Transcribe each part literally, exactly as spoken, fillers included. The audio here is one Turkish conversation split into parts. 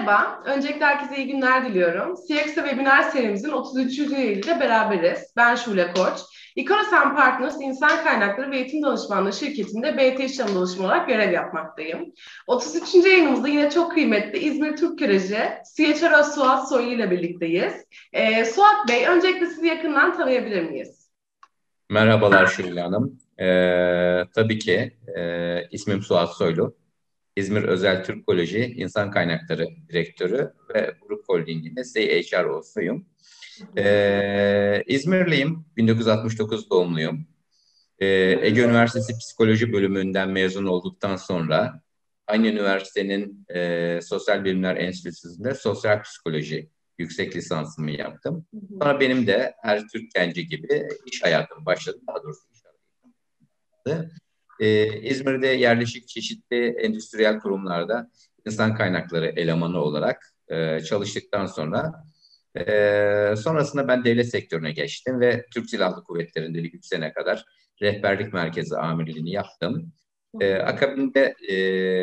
Merhaba, öncelikle herkese iyi günler diliyorum. C X O Webinar serimizin otuz üçüncü yılıyla beraberiz. Ben Şule Koç. Ikonosen Partners İnsan Kaynakları ve Eğitim Danışmanlığı şirketinde B T İşlem Danışmanı olarak görev yapmaktayım. otuz üçüncü yayınımızda yine çok kıymetli İzmir Türk Köreci C H R O Suat Soylu ile birlikteyiz. Ee, Suat Bey, öncelikle sizi yakından tanıyabilir miyiz? Merhabalar Şule Hanım. Ee, tabii ki e, ismim Suat Soylu. İzmir Özel Türk Koleji İnsan Kaynakları Direktörü ve Grup Holding'inde C H R O'suyum. Ee, İzmirliyim, bin dokuz yüz altmış dokuz doğumluyum. Ee, Ege Üniversitesi Psikoloji bölümünden mezun olduktan sonra aynı üniversitenin e, Sosyal Bilimler Enstitüsü'nde sosyal psikoloji yüksek lisansımı yaptım. Sonra benim de her Türk genci gibi iş hayatım başladı. Daha doğrusu iş hayatı. Ee, İzmir'de yerleşik çeşitli endüstriyel kurumlarda insan kaynakları elemanı olarak e, çalıştıktan sonra e, sonrasında ben devlet sektörüne geçtim ve Türk Silahlı Kuvvetleri'nde bir üç sene kadar rehberlik merkezi amirliğini yaptım. E, akabinde e,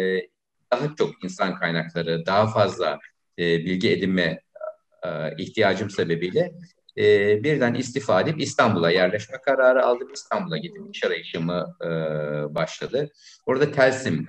daha çok insan kaynakları, daha fazla e, bilgi edinme e, ihtiyacım sebebiyle e, birden istifa edip İstanbul'a yerleşme kararı aldım. İstanbul'a gidip iş arayışımı e, başladı. Orada Telsim,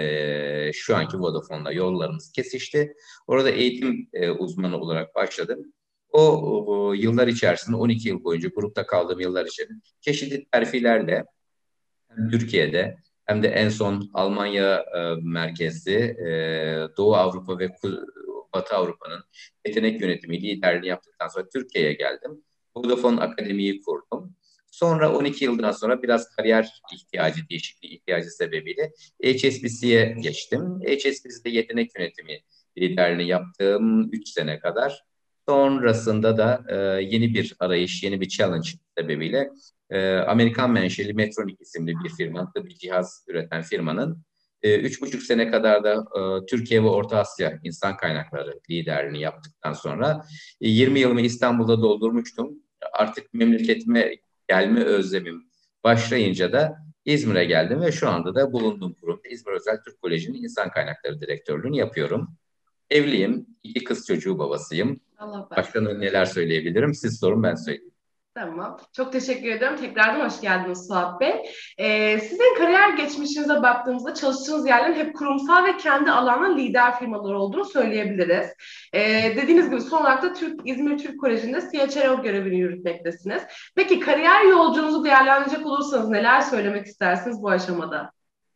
e, şu anki Vodafone'la yollarımız kesişti. Orada eğitim e, uzmanı olarak başladım. O, o yıllar içerisinde on iki yıl boyunca grupta kaldığım yıllar için çeşitli terfilerle hem Türkiye'de hem de en son Almanya e, merkezli e, Doğu Avrupa ve Ku- Batı Avrupa'nın yetenek yönetimi liderliğini yaptıktan sonra Türkiye'ye geldim. Vodafone Akademi'yi kurdum. Sonra on iki yıldan sonra biraz kariyer ihtiyacı, değişikliği ihtiyacı sebebiyle H S B C'ye geçtim. H S B C'de yetenek yönetimi liderliğini yaptığım üç sene kadar. Sonrasında da e, yeni bir arayış, yeni bir challenge sebebiyle e, Amerikan menşeli Medtronic isimli bir firma, tıbbi cihaz üreten firmanın e, üç buçuk sene kadar da e, Türkiye ve Orta Asya insan kaynakları liderliğini yaptıktan sonra e, yirmi yılımı İstanbul'da doldurmuştum. Artık memleketime gelme özlemim başlayınca da İzmir'e geldim ve şu anda da bulunduğum kurumda İzmir Özel Türk Koleji'nin insan kaynakları direktörlüğünü yapıyorum. Evliyim, iki kız çocuğu babasıyım. Allah Başka başlasın. neler söyleyebilirim? Siz sorun, ben söyleyeyim. Tamam. Çok teşekkür ederim. Tekrardan hoş geldiniz Suat Bey. Ee, sizin kariyer geçmişinize baktığımızda çalıştığınız yerlerin hep kurumsal ve kendi alanla lider firmalar olduğunu söyleyebiliriz. Ee, dediğiniz gibi son olarak da Türk, İzmir Türk Koleji'nde C H R O görevini yürütmektesiniz. Peki kariyer yolculuğunuzu değerlendirecek olursanız neler söylemek istersiniz bu aşamada?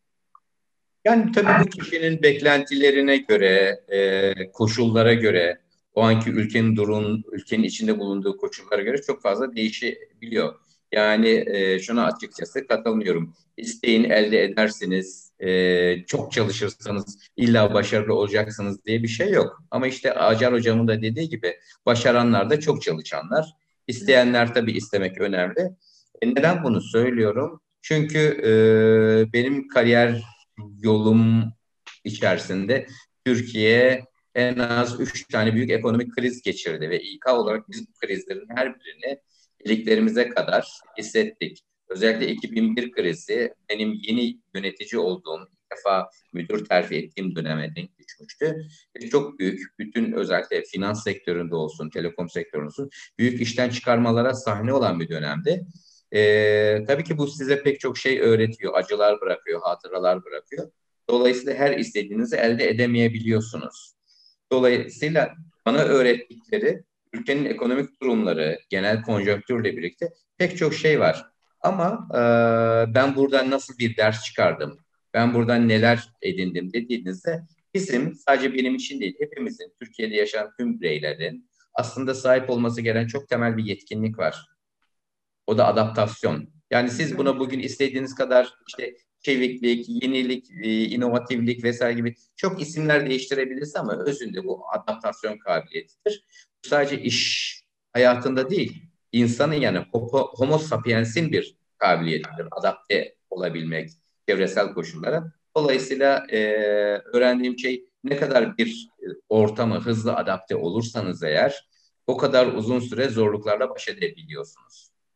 Yani tabii bu kişinin beklentilerine göre, e, koşullara göre, o anki ülkenin durum, ülkenin içinde bulunduğu koşullara göre çok fazla değişebiliyor. Yani e, şuna açıkçası katılmıyorum. İsteğini elde edersiniz, e, çok çalışırsanız illa başarılı olacaksınız diye bir şey yok. Ama işte Acar hocamın da dediği gibi başaranlar da çok çalışanlar. İsteyenler tabii istemek önemli. E, neden bunu söylüyorum? Çünkü e, benim kariyer yolum içerisinde Türkiye en az üç tane büyük ekonomik kriz geçirdi ve İK olarak biz bu krizlerin her birini iliklerimize kadar hissettik. Özellikle iki bin bir krizi benim yeni yönetici olduğum, ilk defa müdür terfi ettiğim döneme denk düşmüştü. Ve çok büyük, bütün özellikle finans sektöründe olsun, telekom sektöründe olsun, büyük işten çıkarmalara sahne olan bir dönemdi. Ee, tabii ki bu size pek çok şey öğretiyor, acılar bırakıyor, hatıralar bırakıyor. Dolayısıyla her istediğinizi elde edemeyebiliyorsunuz. Dolayısıyla bana öğrettikleri ülkenin ekonomik durumları, genel konjonktürle birlikte pek çok şey var. Ama e, ben buradan nasıl bir ders çıkardım, ben buradan neler edindim dediğinizde bizim sadece benim için değil, hepimizin, Türkiye'de yaşayan tüm bireylerin aslında sahip olması gereken çok temel bir yetkinlik var. O da adaptasyon. Yani siz buna bugün istediğiniz kadar işte çeviklik, yenilik, e, inovatiflik vesaire gibi çok isimler değiştirebilirsiniz ama özünde bu adaptasyon kabiliyetidir. Bu sadece iş hayatında değil, insanın yani homo, homo sapiens'in bir kabiliyetidir. Adapte olabilmek çevresel koşullara. Dolayısıyla e, öğrendiğim şey ne kadar bir e, ortama hızlı adapte olursanız eğer o kadar uzun süre zorluklarla baş edebiliyorsunuz.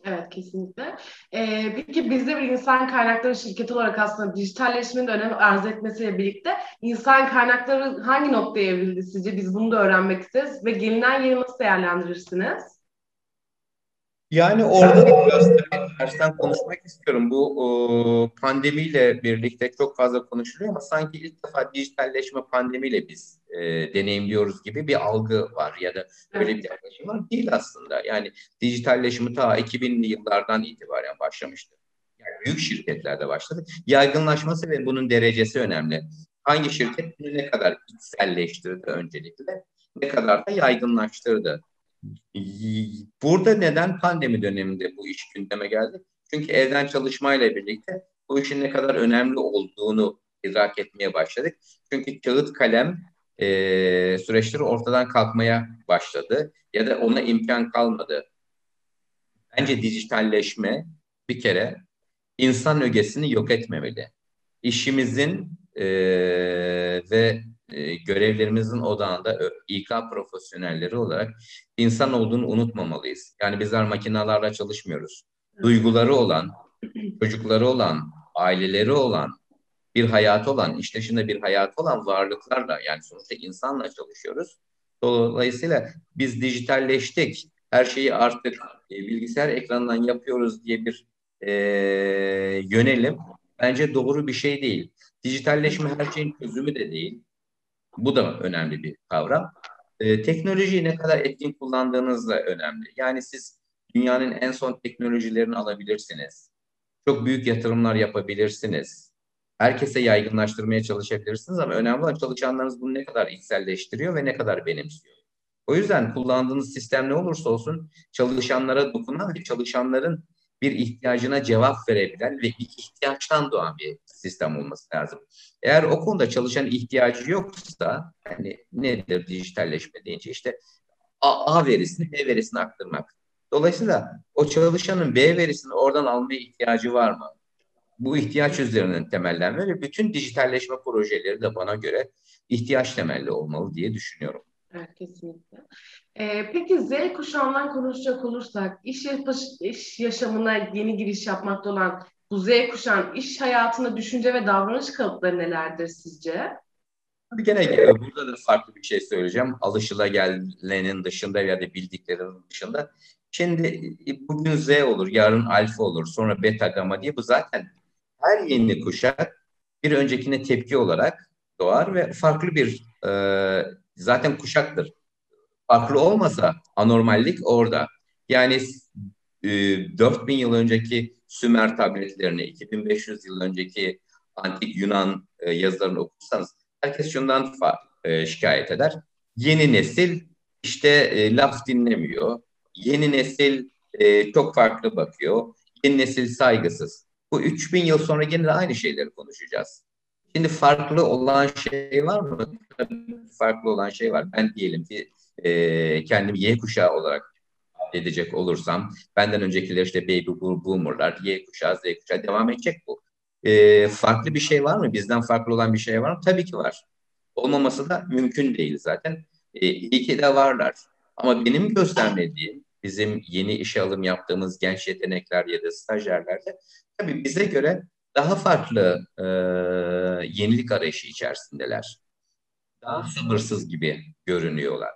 Evet, kesinlikle. Ee, peki biz de bir insan kaynakları şirketi olarak aslında dijitalleşmenin de önem arz etmesiyle birlikte insan kaynakları hangi noktaya evrildi sizce? Biz bunu da öğrenmek isteriz ve gelinen yeri nasıl değerlendirirsiniz? Yani orada da biraz tabii tersten konuşmak istiyorum. Bu o, pandemiyle birlikte çok fazla konuşuluyor ama sanki ilk defa dijitalleşme pandemiyle biz e, deneyimliyoruz gibi bir algı var ya da öyle bir Evet. yaklaşım var. Değil aslında. Yani dijitalleşme ta iki binli yıllardan itibaren başlamıştı. Yani büyük şirketlerde başladı. Yaygınlaşması ve bunun derecesi önemli. Hangi şirket bunu ne kadar içselleştirdi öncelikle, ne kadar da yaygınlaştırdı. Burada neden pandemi döneminde bu iş gündeme geldi? Çünkü evden çalışmayla birlikte bu işin ne kadar önemli olduğunu idrak etmeye başladık. Çünkü kağıt kalem e, süreçleri ortadan kalkmaya başladı ya da ona imkan kalmadı. Bence dijitalleşme bir kere insan ögesini yok etmemeli. İşimizin e, ve e, görevlerimizin odağında ö- İK profesyonelleri olarak insan olduğunu unutmamalıyız. Yani bizler makinalarla çalışmıyoruz. Duyguları olan, çocukları olan, aileleri olan, bir hayatı olan, iş dışında bir hayatı olan varlıklarla yani sonuçta insanla çalışıyoruz. Dolayısıyla biz dijitalleştik, her şeyi artık e, bilgisayar ekranından yapıyoruz diye bir e, yönelim bence doğru bir şey değil. Dijitalleşme her şeyin çözümü de değil. Bu da önemli bir kavram. E, teknolojiyi ne kadar etkin kullandığınız da önemli. Yani siz dünyanın en son teknolojilerini alabilirsiniz. Çok büyük yatırımlar yapabilirsiniz. Herkese yaygınlaştırmaya çalışabilirsiniz ama önemli olan çalışanlarınız bunu ne kadar içselleştiriyor ve ne kadar benimsiyor. O yüzden kullandığınız sistem ne olursa olsun çalışanlara dokunan ve çalışanların bir ihtiyacına cevap verebilen ve bir ihtiyaçtan doğan bir sistem olması lazım. Eğer o konuda çalışan ihtiyacı yoksa, hani nedir dijitalleşme deyince işte A, A verisini B verisine aktarmak. Dolayısıyla o çalışanın B verisini oradan almaya ihtiyacı var mı? Bu ihtiyaç üzerinden temellenme ve bütün dijitalleşme projeleri de bana göre ihtiyaç temelli olmalı diye düşünüyorum. Evet, kesinlikle. Ee, peki Z kuşağından konuşacak olursak iş, yaş- iş yaşamına yeni giriş yapmakta olan bu Z kuşağın iş hayatında düşünce ve davranış kalıpları nelerdir sizce? Tabii gene e, burada da farklı bir şey söyleyeceğim. Alışılagelenin dışında ya da bildiklerinin dışında. Şimdi e, bugün Z olur, yarın alfa olur, sonra beta, gamma diye bu zaten her yeni kuşak bir öncekine tepki olarak doğar ve farklı bir e, zaten kuşaktır. Farklı olmasa anormallik orada. Yani e, dört bin yıl önceki Sümer tabletlerini, iki bin beş yüz yıl önceki antik Yunan e, yazılarını okursanız herkes şundan fa- e, şikayet eder. Yeni nesil işte e, laf dinlemiyor. Yeni nesil e, çok farklı bakıyor. Yeni nesil saygısız. Bu üç bin yıl sonra gene de aynı şeyleri konuşacağız. Şimdi farklı olan şey var mı? Tabii farklı olan şey var. Ben diyelim ki e, kendimi Y kuşağı olarak edecek olursam benden öncekiler işte baby boomerlar, Y kuşağı, Z kuşağı devam edecek bu. E, farklı bir şey var mı? Bizden farklı olan bir şey var mı? Tabii ki var. Olmaması da mümkün değil zaten. E, iyi ki de varlar. Ama benim gözlemlediğim bizim yeni işe alım yaptığımız genç yetenekler ya da stajyerlerde tabii bize göre daha farklı e, yenilik arayışı içerisindeler. Daha sabırsız gibi görünüyorlar.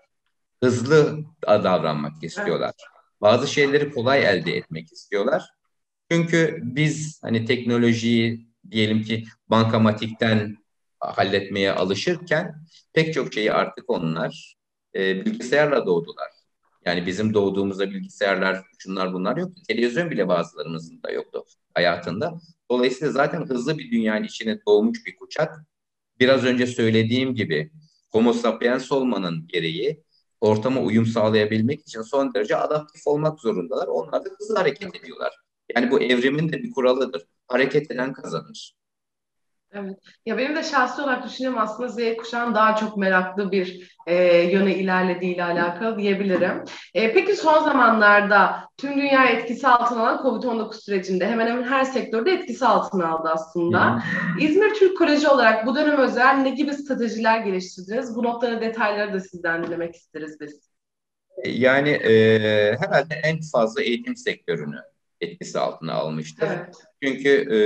Hızlı davranmak istiyorlar. Evet. Bazı şeyleri kolay elde etmek istiyorlar. Çünkü biz hani teknolojiyi diyelim ki bankamatikten halletmeye alışırken pek çok şeyi artık onlar e, bilgisayarla doğdular. Yani bizim doğduğumuzda bilgisayarlar, şunlar bunlar yoktu. Televizyon bile bazılarımızın da yoktu hayatında. Dolayısıyla zaten hızlı bir dünyanın içine doğmuş bir kuşak. Biraz önce söylediğim gibi Homo sapiens olmanın gereği ortama uyum sağlayabilmek için son derece adaptif olmak zorundalar. Onlar da hızlı hareket ediyorlar. Yani bu evrimin de bir kuralıdır. Hareket eden kazanır. Evet. Ya benim de şahsi olarak düşünüyorum aslında Z kuşağın daha çok meraklı bir e, yöne ilerlediğiyle alakalı diyebilirim. E, peki son zamanlarda tüm dünya etkisi altına alan kovid on dokuz sürecinde hemen hemen her sektörde etkisi altına aldı Hı aslında. hı. İzmir Türk Koleji olarak bu dönem özel ne gibi stratejiler geliştirdiniz? Bu noktada detayları da sizden dinlemek isteriz biz. Yani e, herhalde en fazla eğitim sektörünü. etkisi altına almıştır. Evet. Çünkü e,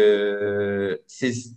siz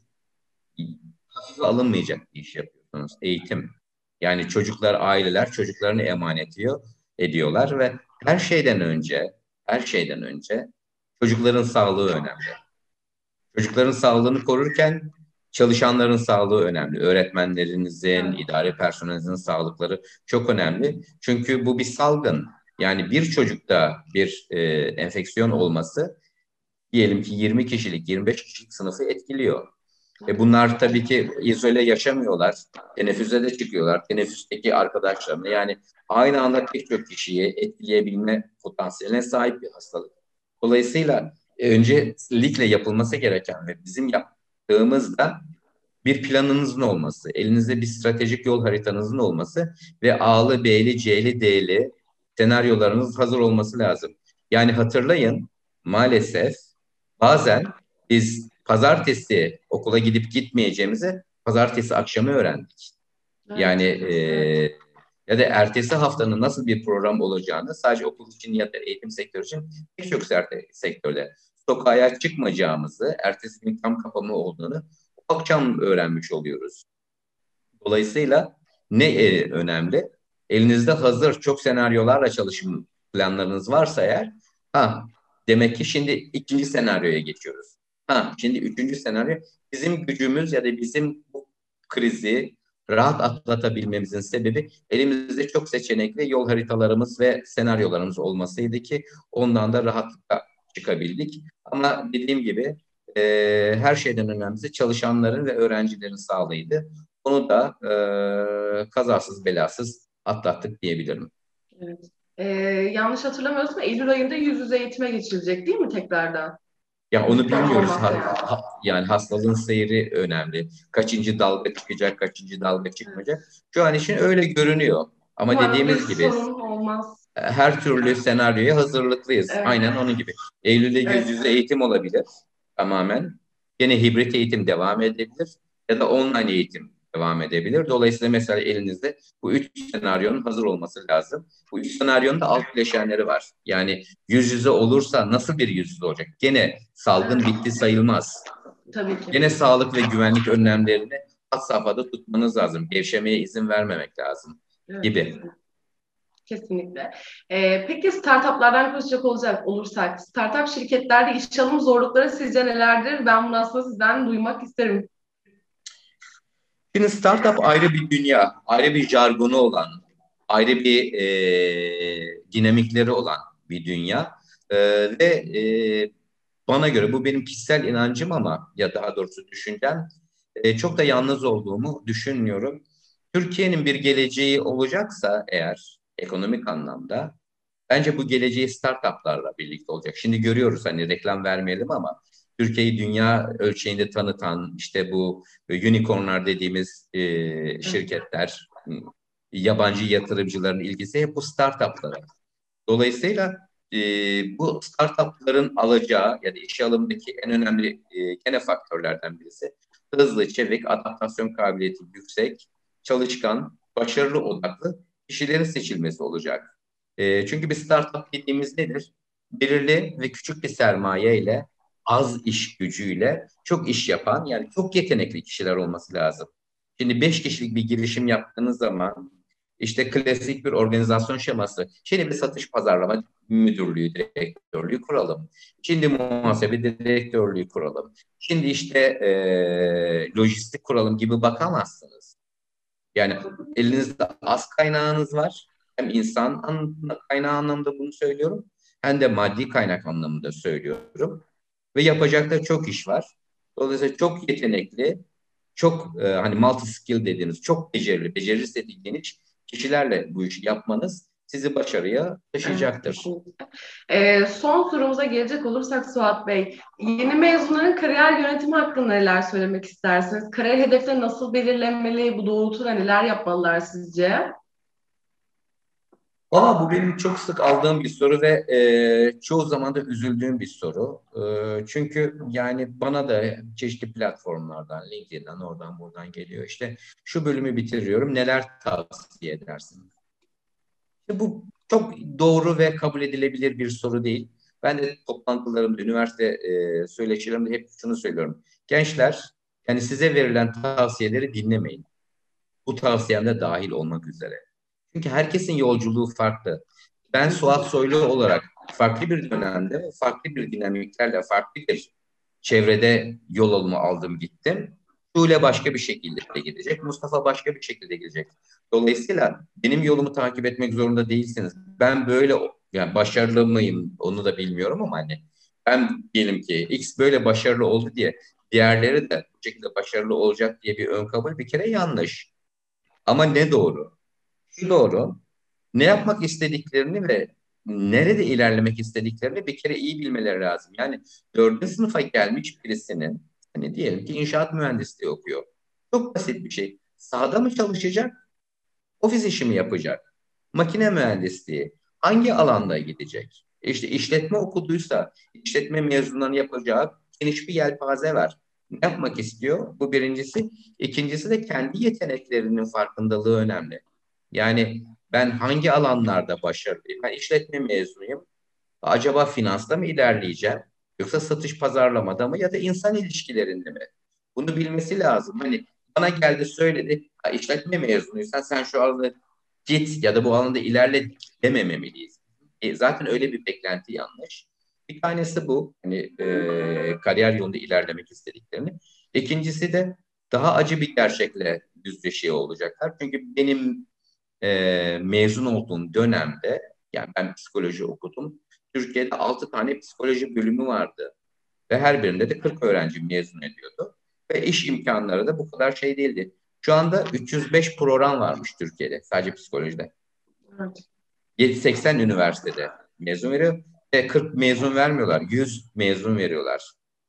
hafife alınmayacak bir iş yapıyorsunuz. Eğitim. Yani çocuklar, aileler çocuklarını emanet ediyor, ediyorlar ve her şeyden önce, her şeyden önce çocukların sağlığı önemli. Çocukların sağlığını korurken çalışanların sağlığı önemli. Öğretmenlerinizin, Evet. idare personelinizin sağlıkları çok önemli. Çünkü bu bir salgın. Yani bir çocukta bir e, enfeksiyon olması diyelim ki yirmi kişilik, yirmi beş kişilik sınıfı etkiliyor. E bunlar tabii ki izole yaşamıyorlar. Teneffüse de çıkıyorlar. Teneffüsteki arkadaşlarını yani aynı anda pek çok kişiyi etkileyebilme potansiyeline sahip bir hastalık. Dolayısıyla e, öncelikle yapılması gereken ve bizim yaptığımız da bir planınızın olması, elinizde bir stratejik yol haritanızın olması ve A'lı, B'li, C'li, D'li senaryolarınız hazır olması lazım. Yani hatırlayın maalesef bazen biz pazartesi okula gidip gitmeyeceğimizi pazartesi akşamı öğrendik. Yani Evet. e, Evet. ya da ertesi haftanın nasıl bir program olacağını sadece okul için ya da eğitim sektörü için birçok sektörde sokağa çıkmayacağımızı, ertesi gün tam kapama olduğunu o akşam öğrenmiş oluyoruz. Dolayısıyla ne e, önemli? Elinizde hazır çok senaryolarla çalışım planlarınız varsa eğer, ha demek ki şimdi ikinci senaryoya geçiyoruz. Ha şimdi üçüncü senaryo bizim gücümüz ya da bizim bu krizi rahat atlatabilmemizin sebebi elimizde çok seçenekli yol haritalarımız ve senaryolarımız olmasıydı ki ondan da rahatlıkla çıkabildik. Ama dediğim gibi e, her şeyden önemlisi çalışanların ve öğrencilerin sağlığıydı. Onu da e, kazasız belasız atlattık diyebilirim. Evet. Ee, yanlış hatırlamıyorsam Eylül ayında yüz yüze eğitime geçilecek değil mi tekrardan? Ya onu Mümkün bilmiyoruz. olmazsa Ha- yani. ha- yani hastalığın seyri önemli. Kaçıncı dalga çıkacak, kaçıncı dalga Evet. çıkmayacak. Şu an için öyle görünüyor. Ama Umarım bir dediğimiz gibi sorun olmaz. her türlü senaryoya hazırlıklıyız. Evet. Aynen onun gibi. Eylül'de yüz Evet. yüze eğitim olabilir tamamen. Yine hibrit eğitim devam edebilir ya da online eğitim devam edebilir. Dolayısıyla mesela elinizde bu üç senaryonun hazır olması lazım. Bu üç senaryonun da alt bileşenleri var. Yani yüz yüze olursa nasıl bir yüz yüze olacak? Gene salgın Evet. bitti sayılmaz. Tabii ki. Gene sağlık ve güvenlik önlemlerini had safhada tutmanız lazım. Gevşemeye izin vermemek lazım Evet, gibi. kesinlikle. Kesinlikle. Ee, peki startuplardan konuşacak olacak olursak, startup şirketlerde iş alım zorlukları sizce nelerdir? Ben bunu aslında sizden duymak isterim. Şimdi startup ayrı bir dünya, ayrı bir jargonu olan, ayrı bir e, dinamikleri olan bir dünya. E, ve e, bana göre bu benim kişisel inancım ama ya daha doğrusu düşüncem e, çok da yalnız olduğumu düşünmüyorum. Türkiye'nin bir geleceği olacaksa eğer ekonomik anlamda bence bu geleceği startuplarla birlikte olacak. Şimdi görüyoruz hani reklam vermeyelim ama Türkiye'yi dünya ölçeğinde tanıtan işte bu unicornlar dediğimiz e, Evet. şirketler, yabancı yatırımcıların ilgisi hep bu startuplara. Dolayısıyla e, bu startupların alacağı ya da işe alımdaki en önemli e, gene faktörlerden birisi hızlı, çevik, adaptasyon kabiliyeti yüksek, çalışkan, başarılı odaklı kişilerin seçilmesi olacak. E, çünkü bir startup dediğimiz nedir? Belirli ve küçük bir sermaye ile az iş gücüyle çok iş yapan yani çok yetenekli kişiler olması lazım. Şimdi beş kişilik bir girişim yaptığınız zaman işte klasik bir organizasyon şeması. Şimdi bir satış pazarlama müdürlüğü, direktörlüğü kuralım. Şimdi muhasebe direktörlüğü kuralım. Şimdi işte e, lojistik kuralım gibi bakamazsınız. Yani elinizde az kaynağınız var. Hem insan an- kaynağı anlamında bunu söylüyorum. Hem de maddi kaynak anlamında söylüyorum. Ve yapacak da çok iş var. Dolayısıyla çok yetenekli, çok e, hani multi skill dediğiniz, çok becerili, beceri seti geniş kişilerle bu işi yapmanız sizi başarıya Evet, taşıyacaktır. kesinlikle. Ee, son sorumuza gelecek olursak Suat Bey, yeni mezunların kariyer yönetimi hakkında neler söylemek istersiniz? Kariyer hedefleri nasıl belirlenmeli? Bu doğrultuda neler yapmalılar sizce? Valla bu benim çok sık aldığım bir soru ve e, çoğu zaman da üzüldüğüm bir soru. E, çünkü yani bana da çeşitli platformlardan, LinkedIn'den, oradan buradan geliyor. İşte şu bölümü bitiriyorum, neler tavsiye edersin? İşte bu çok doğru ve kabul edilebilir bir soru değil. Ben de toplantılarımda, üniversite e, söyleşilerimde hep şunu söylüyorum. Gençler, yani size verilen tavsiyeleri dinlemeyin. Bu tavsiyemde dahil olmak üzere. Çünkü herkesin yolculuğu farklı. Ben Suat Soylu olarak farklı bir dönemde, farklı bir dinamiklerle, farklı bir çevrede yol alımı aldım gittim. Şule başka bir şekilde gidecek, Mustafa başka bir şekilde gidecek. Dolayısıyla benim yolumu takip etmek zorunda değilsiniz. Ben böyle, yani başarılı mıyım onu da bilmiyorum ama hani ben diyelim ki X böyle başarılı oldu diye diğerleri de bu şekilde başarılı olacak diye bir ön kabul bir kere yanlış. Ama ne doğru? Şu doğru. Ne yapmak istediklerini ve nerede ilerlemek istediklerini bir kere iyi bilmeleri lazım. Yani dördüncü sınıfa gelmiş birisinin, hani diyelim ki inşaat mühendisliği okuyor. Çok basit bir şey. Sahada mı çalışacak, ofis işi mi yapacak? Makine mühendisliği hangi alanda gidecek? İşte işletme okuduysa işletme mezunlarının yapacağı geniş bir yelpaze var. Ne yapmak istiyor? Bu birincisi. İkincisi de kendi yeteneklerinin farkındalığı önemli. Yani ben hangi alanlarda başarılıyım? Ben işletme mezunuyum. Acaba finansta mı ilerleyeceğim? Yoksa satış pazarlamada mı ya da insan ilişkilerinde mi? Bunu bilmesi lazım. Hani bana geldi söyledi, "Ha, işletme mezunuysan sen şu alanda git ya da bu alanda ilerle demememeliyiz. E, zaten öyle bir beklenti yanlış. Bir tanesi bu. Hani e, kariyer yolunda ilerlemek istediklerini. İkincisi de daha acı bir gerçekle yüzleşiyor olacaklar. Çünkü benim e, mezun olduğum dönemde, yani ben psikoloji okudum. Türkiye'de altı tane psikoloji bölümü vardı. Ve her birinde de kırk öğrenci mezun ediyordu. Ve iş imkanları da bu kadar şey değildi. Şu anda üç yüz beş program varmış Türkiye'de sadece psikolojide. Evet. yedi seksen üniversitede mezun veriyor ve kırk mezun vermiyorlar. yüz mezun veriyorlar.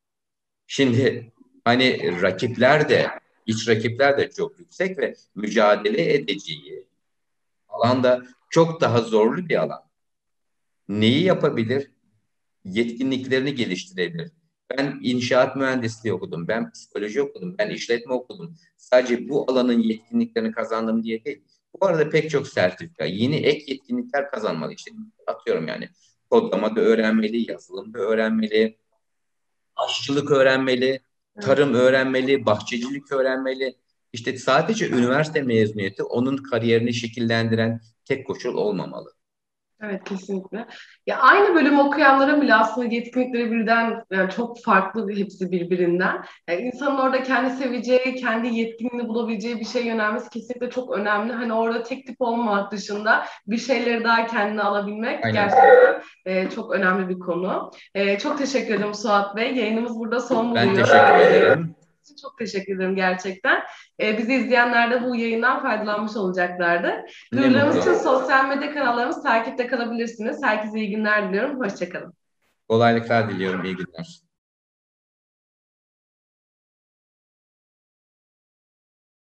Şimdi hani rakipler de, iç rakipler de çok yüksek ve mücadele edeceği alanda çok daha zorlu bir alan. Neyi yapabilir? Yetkinliklerini geliştirebilir. Ben inşaat mühendisliği okudum, ben psikoloji okudum, ben işletme okudum. Sadece bu alanın yetkinliklerini kazandım diye değil. Bu arada pek çok sertifika, yeni ek yetkinlikler kazanmalı. İşte atıyorum yani kodlama da öğrenmeli, yazılım da öğrenmeli, aşçılık öğrenmeli, Evet. tarım öğrenmeli, bahçecilik öğrenmeli. İşte sadece üniversite mezuniyeti onun kariyerini şekillendiren tek koşul olmamalı. Evet, kesinlikle. Ya aynı bölüm okuyanlara bile aslında yetkinlikleri birden yani çok farklı hepsi birbirinden. Yani insanın orada kendi seveceği, kendi yetkinliğini bulabileceği bir şeye yönelmesi kesinlikle çok önemli. Hani orada tek tip olmamak dışında bir şeyleri daha kendine alabilmek Aynen. gerçekten e, çok önemli bir konu. E, çok teşekkür ederim Suat Bey. Yayınımız burada son Ben buluyor. teşekkür ederim. Çok teşekkür ederim gerçekten. E, bizi izleyenler de bu yayından faydalanmış olacaklardır. Ne Duyurularımız için mutlu. sosyal medya kanallarımız takipte kalabilirsiniz. Herkese iyi günler diliyorum. Hoşçakalın. Kolaylıklar diliyorum. İyi günler.